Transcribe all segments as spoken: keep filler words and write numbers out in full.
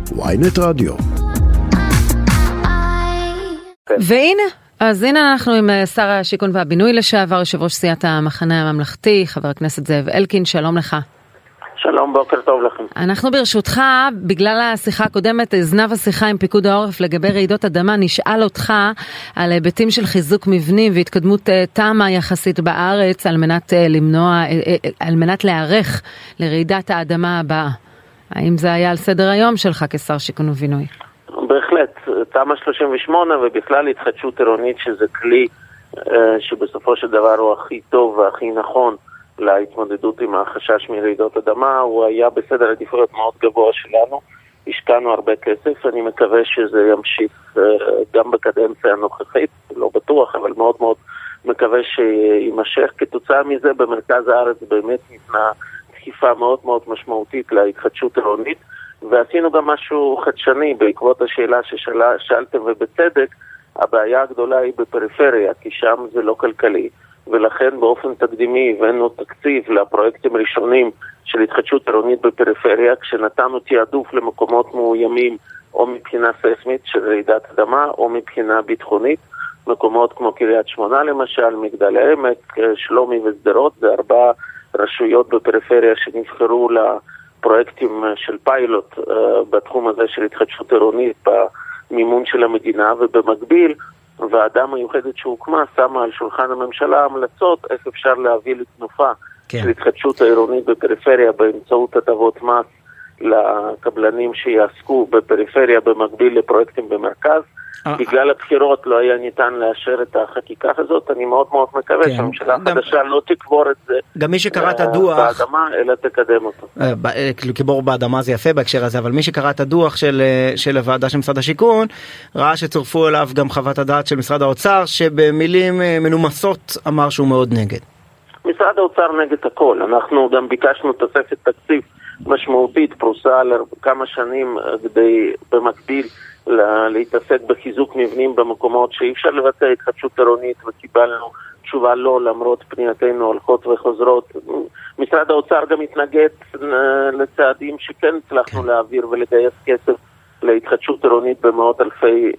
וויינט רדיו. והנה, אז הנה אנחנו עם שר השיכון והבינוי לשעבר, יושב ראש סיעת המחנה הממלכתי, חבר הכנסת זאב אלקין, שלום לך. שלום, בוקר טוב לכם. אנחנו ברשותך, בגלל השיחה הקודמת, זנב השיחה עם פיקוד העורף לגבי רעידות אדמה, נשאל אותך על היבטים של חיזוק מבנים והתקדמות תמה יחסית בארץ, על מנת למנוע, על מנת להיערך לרעידת האדמה הבאה. האם זה היה על סדר היום שלך כשר שיכון ובינוי? בהחלט, תמ"א שלושים ושמונה ובכלל התחדשות עירונית, שזה כלי שבסופו של דבר הוא הכי טוב והכי נכון להתמודדות עם החשש מרעידות אדמה, הוא היה בסדר עדיפויות מאוד גבוה שלנו, השקענו הרבה כסף, אני מקווה שזה ימשיך גם בקדנציה הנוכחית, לא בטוח, אבל מאוד מאוד מקווה שימשך. כתוצאה מזה במרכז הארץ באמת ניתנה דחיפה מאוד מאוד משמעותית להתחדשות עירונית, ועשינו גם משהו חדשני בעקבות השאלה ששאלתם, ובצדק, הבעיה הגדולה היא בפריפריה, כי שם זה לא כלכלי, ולכן באופן תקדימי הבאנו תקציב לפרויקטים ראשונים של התחדשות עירונית בפריפריה, כשנתנו תיעדוף למקומות מאוימים או מבחינה ססמית של רעידת אדמה או מבחינה ביטחונית, מקומות כמו קריית שמונה למשל, מגדל העמק, שלומי ושדרות, זה ארבע רשויות בפריפריה שנבחרו לפרויקטים של פיילוט uh, בתחום הזה של התחדשות עירונית במימון של המדינה, ובמקביל ועדה מיוחדת שהוקמה שמה על שולחן הממשלה המלצות איך אפשר להביא לתנופה כן. של התחדשות העירונית בפריפריה באמצעות הטבות מס לקבלנים שיעסקו בפריפריה במקביל לפרויקטים במרכז. בגלל הבחירות לא היה ניתן לאשר את החקיקה הזאת. אני מאוד מאוד מקווה כן. שהממשלה החדשה לא תקבור את זה גם מי שקרא את הדוח באדמה, אלא תקדם אותו. קבור באדמה זה יפה בהקשר הזה, אבל מי שקרא את הדוח של, של הוועדה של משרד השיכון, ראה שצורפו אליו גם חוות הדעת של משרד האוצר, שבמילים מנומסות אמר שהוא מאוד נגד. משרד האוצר נגד הכל. אנחנו גם ביקשנו תוספת תקציב משמעותית, פרוסה על כמה שנים כדי במקביל להתעסק בחיזוק מבנים במקומות שאי אפשר לבצע התחדשות עירונית, וקיבלנו תשובה לא, למרות פנייתנו הולכות וחוזרות. משרד האוצר גם התנגד לצעדים שכן הצלחנו להעביר ולגייס כסף להתחדשות עירונית במאות אלפי,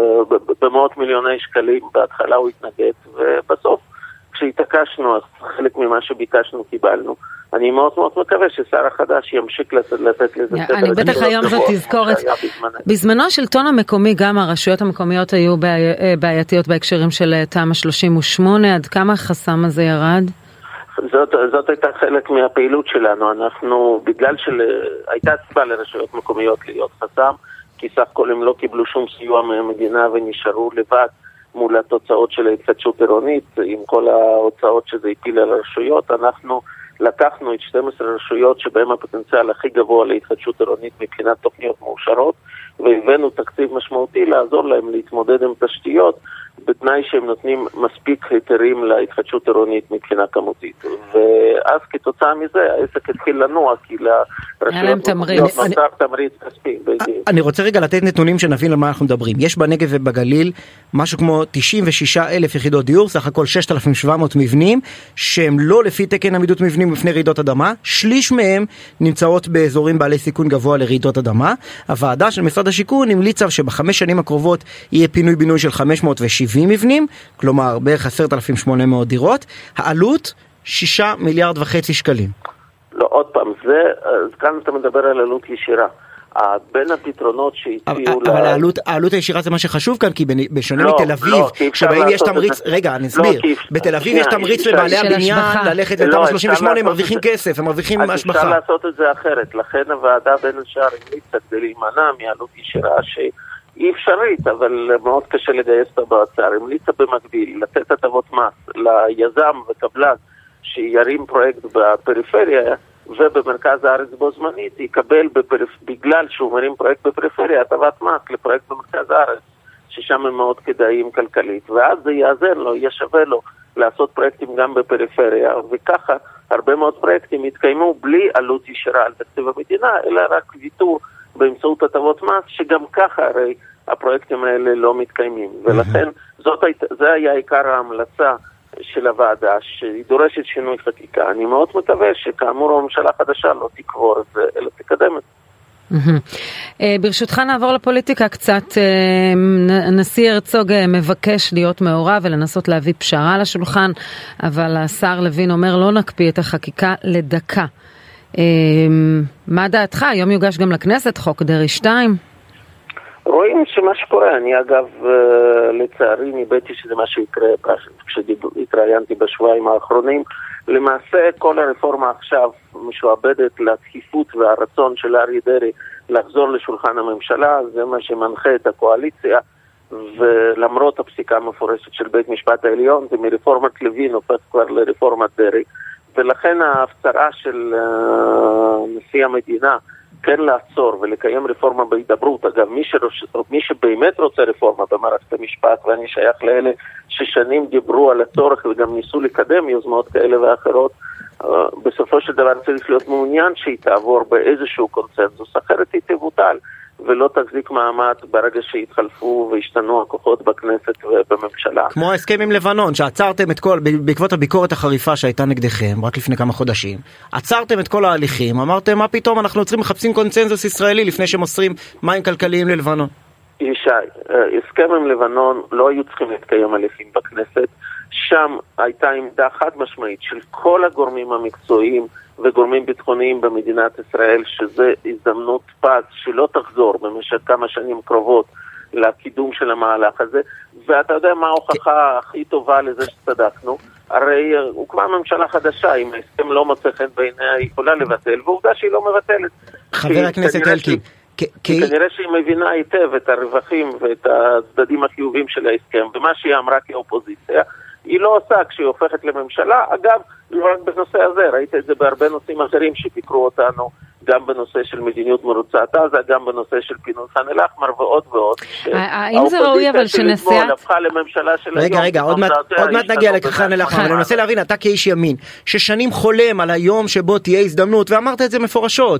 במאות מיליוני שקלים. בהתחלה הוא התנגד, ובסוף כשהתעקשנו, אז חלק ממה שביקשנו קיבלנו. אני מאוד מאוד מקווה ששר החדש ימשיך לתת לזה סדר. אני בטח היום זאת תזכורת. בזמנו השלטון המקומי, גם הרשויות המקומיות היו בעייתיות בהקשרים של תמ"א שלושים ושמונה, עד כמה החסם הזה ירד? זאת, זאת הייתה חלק מהפעילות שלנו. אנחנו, בגלל שהייתה סיבה לרשויות מקומיות להיות חסם, כי סך הכל הם לא קיבלו שום סיוע מהמדינה ונשארו לבד מול התוצאות של ההתחדשות עירונית, עם כל ההוצאות שזה הפיל על הרשויות. אנחנו לקחנו את שתים עשרה רשויות שבהם הפוטנציאל הכי גבוה להתחדשות עירונית מבחינת תוכניות מאושרות, והבאנו תקציב משמעותי לעזור להם להתמודד עם תשתיות, בתנאי שהם נותנים מספיק היתרים להתחדשות עירונית מבחינה כמותית. ואז כתוצאה מזה העסק התחיל לנוע, כי לרשויות מקומיות נוצר תמריץ כספי. אני רוצה רגע לתת נתונים שנבין על מה אנחנו מדברים. יש בנגב ובגליל משהו כמו תשעים ושישה אלף יחידות דיור, סך הכל שישת אלפים שבע מאות מבנים, שהם לא לפי תקן עמידות מבנים בפני רעידות אדמה. שליש מהם נמצאות באזורים בעלי סיכון גבוה לרעידות אדמה. הוועדה של משרד השיכון המליצה שבחמש שנים הקרובות יהיה פינוי בינוי של חמש מאות ושבעים מבנים, כלומר בערך עשרת אלפים שמונה מאות דירות. העלות שישה מיליארד וחצי שקלים. לא, עוד פעם, זה, כאן אתה מדבר על עלות ישירה. בין הפתרונות שהציעו... אבל העלות הישירה זה מה שחשוב כאן, כי בשונה מתל אביב, שבהם יש תמריץ... רגע, אני אסביר. בתל אביב יש תמריץ לבעלי הבניין ללכת לתמ"א שלושים ושמונה, הם מרוויחים כסף, הם מרוויחים השבחה. אפשר לעשות את זה אחרת. לכן הוועדה בין השאר המליצה כדי להימנע מעלות ישירה שהיא אפשרית, אבל מאוד קשה לגייס אותה באוצר. המליצה במקביל לתת הטבות מס ליזם וקבלן שירים פרויקט בפריפריה, ובמרכז הארץ בו זמנית יקבל בפריפ... בגלל שהוא מרים פרויקט בפריפריה הטבת מס לפרויקט במרכז הארץ, ששם הם מאוד כדאיים כלכלית, ואז זה יעזר לו, יהיה שווה לו לעשות פרויקטים גם בפריפריה, וככה הרבה מאוד פרויקטים יתקיימו בלי עלות ישירה על תקציב המדינה, אלא רק ויתור באמצעות הטבות מס, שגם ככה הרי הפרויקטים האלה לא מתקיימים, ולכן זאת, זה היה עיקר ההמלצה של הוועדה, שהיא דורשת שינוי חקיקה. אני מאוד מקווה שכאמור הממשלה החדשה לא תקבור את זה, אלא תקדם את זה. ברשותך נעבור לפוליטיקה קצת. נשיא הרצוג מבקש להיות מעורב ולנסות להביא פשרה לשולחן, אבל השר לוין אומר לא נקפיא את החקיקה לדקה. מה דעתך? היום יוגש גם לכנסת חוק דרעי שתיים. רואים שמה שקורה, אני אגב לצערי ניבאתי שזה מה שיקרה כשהתראיינתי בשבועיים האחרונים. למעשה כל הרפורמה עכשיו משועבדת לדחיפות והרצון של אריה דרעי לחזור לשולחן הממשלה, זה מה שמנחה את הקואליציה, ולמרות הפסיקה המפורשת של בית משפט העליון, זה מרפורמת לוין הופך כבר לרפורמת דרעי, ולכן ההפצרה של נשיא המדינה כן לעצור ולקיים רפורמה בהידברות. אגב, מי, שרוש... מי שבאמת רוצה רפורמה במערכת המשפט, ואני שייך לאלה ששנים דיברו על הצורך וגם ניסו לקדם יוזמות כאלה ואחרות, בסופו של דבר צריך להיות מעוניין שהיא תעבור באיזשהו קונצנזוס, אחרת היא תבוטל ולא תחזיק מעמד ברגע שהתחלפו והשתנו הכוחות בכנסת ובממשלה. כמו ההסכם עם לבנון, שעצרתם את כל, בעקבות הביקורת החריפה שהייתה נגדכם, רק לפני כמה חודשים, עצרתם את כל ההליכים, אמרתם מה פתאום אנחנו צריכים מחפשים קונצנזוס ישראלי לפני שמוסרים מים כלכליים ללבנון. ישי, הסכם עם לבנון לא היו צריכים להתקיים הליכים בכנסת, שם הייתה עמדה חד משמעית של כל הגורמים המקצועיים וגורמים ביטחוניים במדינת ישראל, שזה הזדמנות פז שלא תחזור במשך כמה שנים קרובות לקידום של המהלך הזה. ואתה יודע מה ההוכחה הכי טובה לזה שצדקנו? הרי הוקמה ממשלה חדשה, אם ההסכם לא מוצא חן בעיניה היא יכולה לבטל, ועובדה שהיא לא מבטלת. חבר הכנסת אלקין, כנראה שהיא מבינה היטב את הרווחים ואת הצדדים החיובים של ההסכם, ומה שהיא אמרה כאופוזיציה היא לא עושה כשהיא הופכת לממשלה. אגב, לא רק בנושא הזה, ראית את זה בהרבה נושאים אחרים שביקרו אותנו, גם בנושא של מדיניות מרוצת עזה, גם בנושא של פינוי ח'אן אל-אחמר ועוד ועוד. האם זה ראוי אבל שנסיעת... הפכה לממשלה של רגע, היום. רגע, עוד מעט נגיע לח'אן אל-אחמר. אני מנסה להבין, אתה כאיש ימין, ששנים חולם על היום שבו תהיה הזדמנות, ואמרת את זה מפורשות,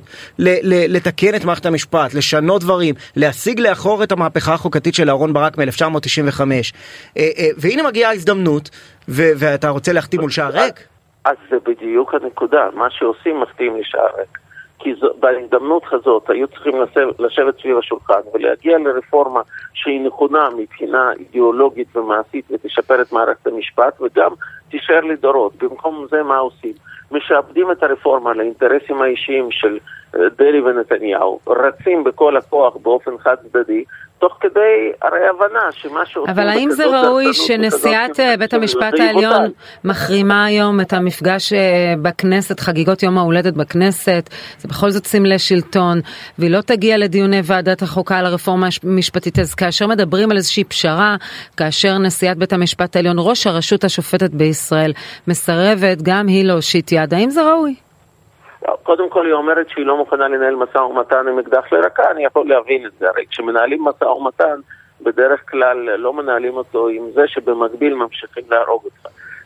לתקן את מערכת המשפט, לשנות דברים, להשיג לאחור את המהפכה החוקתית של אהרן ברק מ-אלף תשע מאות תשעים וחמש. והנה מגיעה ההזדמנות, ואתה רוצה להחתים מול שער ריק? אז זה בדיוק הנקודה, מה שעושים מחתים לשער ריק. כי זו, בהזדמנות הזאת היו צריכים לשבת, לשבת סביב השולחן ולהגיע לרפורמה שהיא נכונה מבחינה אידיאולוגית ומעשית ותשפר את מערכת המשפט וגם תישאר לדורות. במקום זה מה עושים? משעבדים את הרפורמה לאינטרסים האישיים של דרעי ונתניהו, רצים בכל הכוח באופן חד צדדי, תוך כדי הרי הבנה שמה שעושים... אבל האם זה ראוי שנשיאת בית המשפט העליון מחרימה היום את המפגש בכנסת, חגיגות יום ההולדת בכנסת, זה בכל זאת סמלי שלטון, והיא לא תגיע לדיוני ועדת החוקה על הרפורמה המשפטית, אז כאשר מדברים על איזושהי פשרה, כאשר נשיאת בית המשפט העליון, ראש הרשות השופטת בישראל, מסרבת גם היא להושיט יד, האם זה ראוי? קודם כל היא אומרת שהיא לא מוכנה לנהל משא ומתן עם אקדח לרקה, אני יכול להבין את זה. הרי כשמנהלים משא ומתן, בדרך כלל לא מנהלים אותו עם זה שבמקביל ממשיכים להרוג אותך.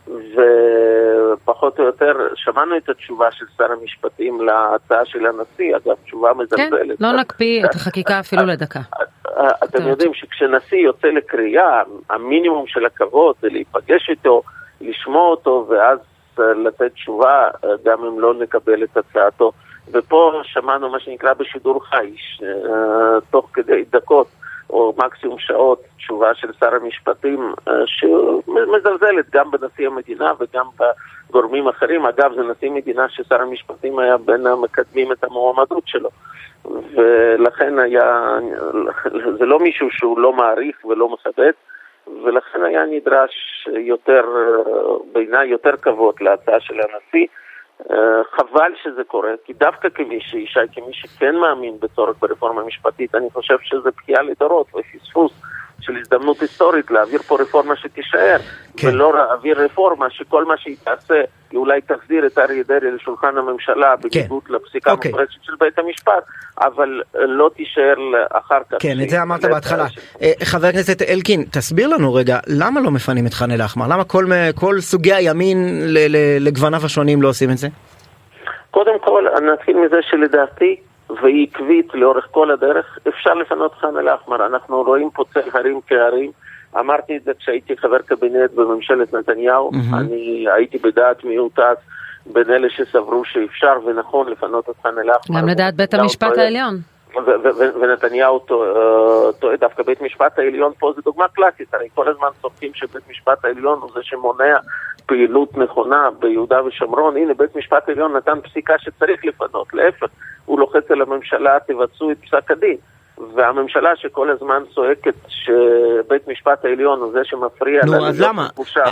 ופחות או יותר שמענו את התשובה של שר המשפטים להצעה של הנשיא, אגב תשובה מזלזלת. כן, לא נקפיא את החקיקה אפילו לדקה. אתם יודעים שכשנשיא יוצא לקריאה, המינימום של הכבוד זה להיפגש איתו, לשמוע אותו ואז לתת תשובה גם אם לא נקבל את הצעתו. ופה שמענו מה שנקרא בשידור חי, תוך כדי דקות או מקסימום שעות, תשובה של שר המשפטים שמזלזלת גם בנשיא המדינה וגם בגורמים אחרים. אגב, זה נשיא מדינה ששר המשפטים היה בין המקדמים את המועמדות שלו, ולכן היה, זה לא מישהו שהוא לא מעריך ולא מכבד, ולכן היה נדרש יותר, בעיניי יותר כבוד להצעה של הנשיא. חבל שזה קורה, כי דווקא כמי שאישה, כמי שכן מאמין בצורך ברפורמה משפטית, אני חושב שזה בקיעה לדורות ופספוס של הזדמנות היסטורית להעביר פה רפורמה שתישאר, כן. ולא להעביר רפורמה שכל מה שהיא תעשה היא אולי תחזיר את אריה דרעי לשולחן הממשלה בניגוד כן. לפסיקה אוקיי. מפורשת של בית המשפט, אבל לא תישאר אחר כך. כן, את זה אמרת בהתחלה. ש... חבר הכנסת אלקין, תסביר לנו רגע, למה לא מפנים את ח'אן אל-אחמר? למה כל, כל סוגי הימין לגווניו השונים לא עושים את זה? קודם כל, נתחיל מזה שלדעתי, והיא עקבית לאורך כל הדרך, אפשר לפנות ח'אן אל-אחמר. אנחנו רואים פה צל הרים כהרים. אמרתי את זה כשהייתי חבר קבינט בממשלת נתניהו. Mm-hmm. אני הייתי בדעת מיעוטת בין אלה שסברו שאפשר ונכון לפנות את ח'אן אל-אחמר. גם לדעת בית המשפט העליון. ונתניהו טועה, דווקא בית משפט העליון פה זה דוגמה קלאסית, הרי כל הזמן צוחקים שבית משפט העליון הוא זה שמונע פעילות נכונה ביהודה ושומרון. הנה, בית משפט העליון נתן פסיקה שצריך לפנות, להפך, הוא לוחץ על הממשלה, תבצעו את פסק הדין. והממשלה שכל הזמן צועקת שבית משפט העליון הוא זה שמפריע לה. נו, אז למה?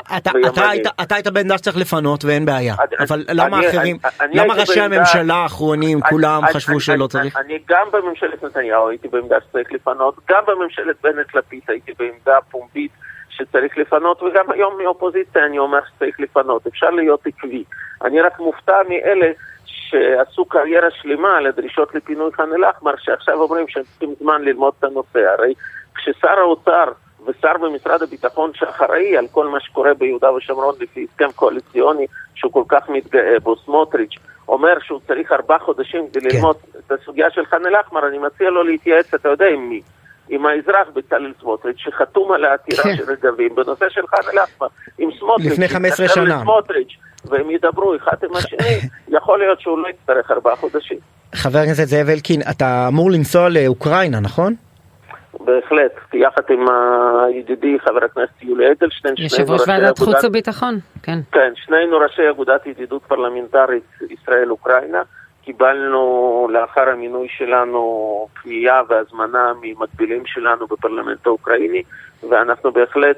אתה היית בן דש צריך לפנות ואין בעיה. אבל למה אחרים, למה ראשי הממשלה האחרונים כולם חשבו שלא צריך? אני גם בממשלת נתניהו הייתי בעמדה שצריך לפנות, גם בממשלת בנט לפיד הייתי בעמדה פומבית שצריך לפנות, וגם היום מאופוזיציה אני אומר שצריך לפנות. אפשר להיות עקבי. אני רק מופתע מאלה שעשו קריירה שלמה לדרישות לפינוי ח'אן אל-אחמר, שעכשיו אומרים שהם צריכים זמן ללמוד את הנושא. הרי כששר האוצר ושר במשרד הביטחון שאחראי על כל מה שקורה ביהודה ושומרון לפי הסכם קואליציוני שהוא כל כך מתגאה בו, סמוטריץ', אומר שהוא צריך ארבעה חודשים כדי כן. ללמוד את הסוגיה של ח'אן אל-אחמר, אני מציע לו להתייעץ, אתה יודע עם מי? עם האזרח בצלאל סמוטריץ' שחתום על העתירה כן. של רגבים בנושא של ח'אן אל-אחמר, עם סמוטריץ', לפני חמש עשרה שנה. והם ידברו אחד עם השני, יכול להיות שהוא לא יצטרך ארבעה חודשים. חבר הכנסת זאב אלקין, אתה אמור לנסוע לאוקראינה, נכון? בהחלט, יחד עם הידידי חבר הכנסת יולי אדלשטיין, יושב ראש ועדת חוץ וביטחון, כן. כן, שנינו ראשי אגודת ידידות פרלמנטרית ישראל-אוקראינה, קיבלנו לאחר המינוי שלנו פנייה והזמנה ממקבילים שלנו בפרלמנט האוקראיני, ואנחנו בהחלט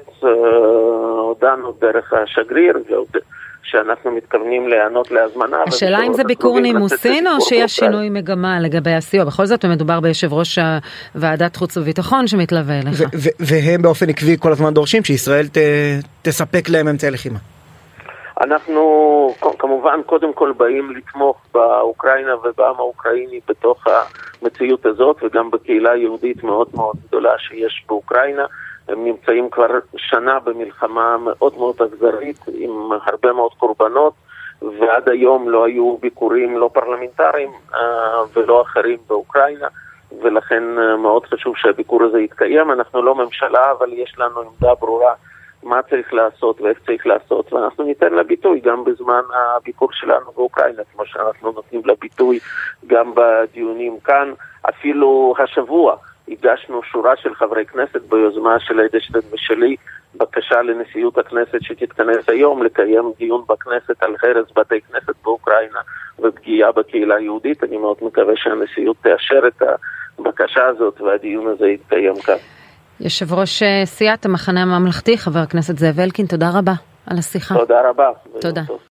הודענו דרך השגריר שאנחנו מתכוונים להיענות להזמנה. השאלה אם זה ביקור נימוסין או שיש שינוי מגמה לגבי הסיוע? בכל זאת מדובר ביושב ראש ועדת חוץ וביטחון שמתלווה אליך. והם באופן עקבי כל הזמן דורשים שישראל תספק להם אמצעי לחימה. אנחנו כמובן קודם כל באים לתמוך באוקראינה ובעם האוקראיני בתוך המציאות הזאת, וגם בקהילה היהודית מאוד מאוד גדולה שיש באוקראינה. הם נמצאים כבר שנה במלחמה מאוד מאוד אכזרית עם הרבה מאוד קורבנות, ועד היום לא היו ביקורים לא פרלמנטריים ולא אחרים באוקראינה, ולכן מאוד חשוב שהביקור הזה יתקיים. אנחנו לא ממשלה, אבל יש לנו עמדה ברורה מה צריך לעשות ואיך צריך לעשות, ואנחנו ניתן לה ביטוי גם בזמן הביקור שלנו באוקראינה, כמו שאנחנו נותנים לה ביטוי גם בדיונים כאן. אפילו השבוע הגשנו שורה של חברי כנסת ביוזמה של אדלשטיין ושלי, בקשה לנשיאות הכנסת שתתכנס היום לקיים דיון בכנסת על הרס בתי כנסת באוקראינה ופגיעה בקהילה היהודית. אני מאוד מקווה שהנשיאות תאשר את הבקשה הזאת והדיון הזה יתקיים כאן. יושב ראש סיעת המחנה הממלכתי, חבר הכנסת זאב אלקין, תודה רבה על השיחה. תודה רבה. תודה.